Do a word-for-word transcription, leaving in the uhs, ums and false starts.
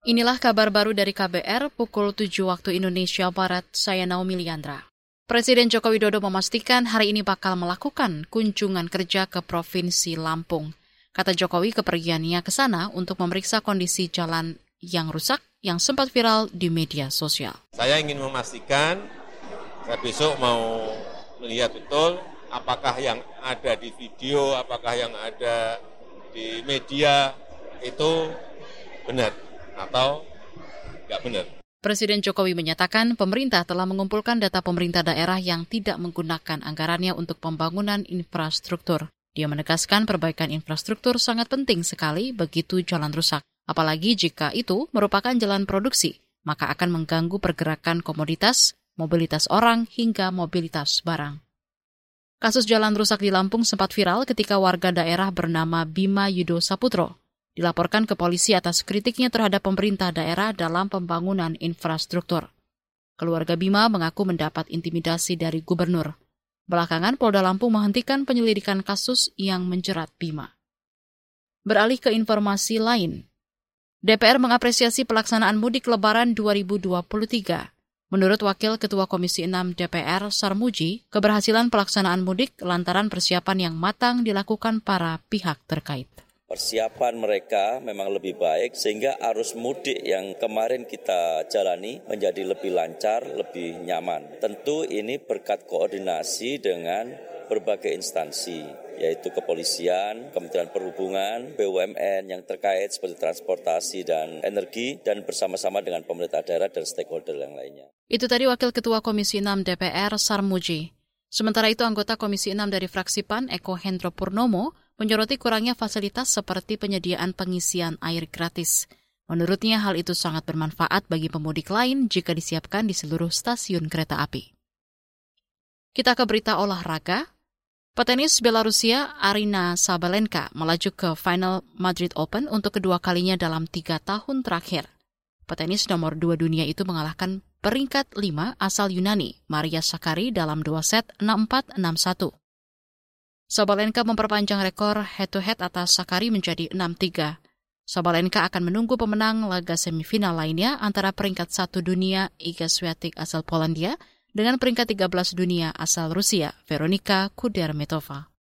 Inilah kabar baru dari K B R pukul tujuh waktu Indonesia Barat, saya Naomi Liandra. Presiden Joko Widodo memastikan hari ini bakal melakukan kunjungan kerja ke Provinsi Lampung. Kata Jokowi, kepergiannya ke sana untuk memeriksa kondisi jalan yang rusak yang sempat viral di media sosial. Saya ingin memastikan, saya besok mau melihat betul apakah yang ada di video, apakah yang ada di media itu benar atau nggak benar. Presiden Jokowi menyatakan pemerintah telah mengumpulkan data pemerintah daerah yang tidak menggunakan anggarannya untuk pembangunan infrastruktur. Dia menegaskan perbaikan infrastruktur sangat penting sekali begitu jalan rusak. Apalagi jika itu merupakan jalan produksi, maka akan mengganggu pergerakan komoditas, mobilitas orang, hingga mobilitas barang. Kasus jalan rusak di Lampung sempat viral ketika warga daerah bernama Bima Yudo Saputro dilaporkan ke polisi atas kritiknya terhadap pemerintah daerah dalam pembangunan infrastruktur. Keluarga Bima mengaku mendapat intimidasi dari gubernur. Belakangan Polda Lampung menghentikan penyelidikan kasus yang menjerat Bima. Beralih ke informasi lain, D P R mengapresiasi pelaksanaan mudik Lebaran dua ribu dua puluh tiga. Menurut Wakil Ketua Komisi enam D P R, Sarmuji, keberhasilan pelaksanaan mudik lantaran persiapan yang matang dilakukan para pihak terkait. Persiapan mereka memang lebih baik sehingga arus mudik yang kemarin kita jalani menjadi lebih lancar, lebih nyaman. Tentu ini berkat koordinasi dengan berbagai instansi, yaitu kepolisian, Kementerian Perhubungan, B U M N yang terkait seperti transportasi dan energi, dan bersama-sama dengan pemerintah daerah dan stakeholder yang lainnya. Itu tadi Wakil Ketua Komisi enam D P R, Sarmuji. Sementara itu anggota Komisi enam dari fraksi P A N, Eko Hendro Purnomo, menyoroti kurangnya fasilitas seperti penyediaan pengisian air gratis. Menurutnya hal itu sangat bermanfaat bagi pemudik lain jika disiapkan di seluruh stasiun kereta api. Kita ke berita olahraga. Petenis Belarusia Aryna Sabalenka melaju ke final Madrid Open untuk kedua kalinya dalam tiga tahun terakhir. Petenis nomor dua dunia itu mengalahkan peringkat lima asal Yunani, Maria Sakkari dalam dua set enam empat enam satu. Sabalenka memperpanjang rekor head-to-head atas Sakkari menjadi enam tiga. Sabalenka akan menunggu pemenang laga semifinal lainnya antara peringkat satu dunia Iga Swiatek asal Polandia dengan peringkat tiga belas dunia asal Rusia, Veronika Kudermetova.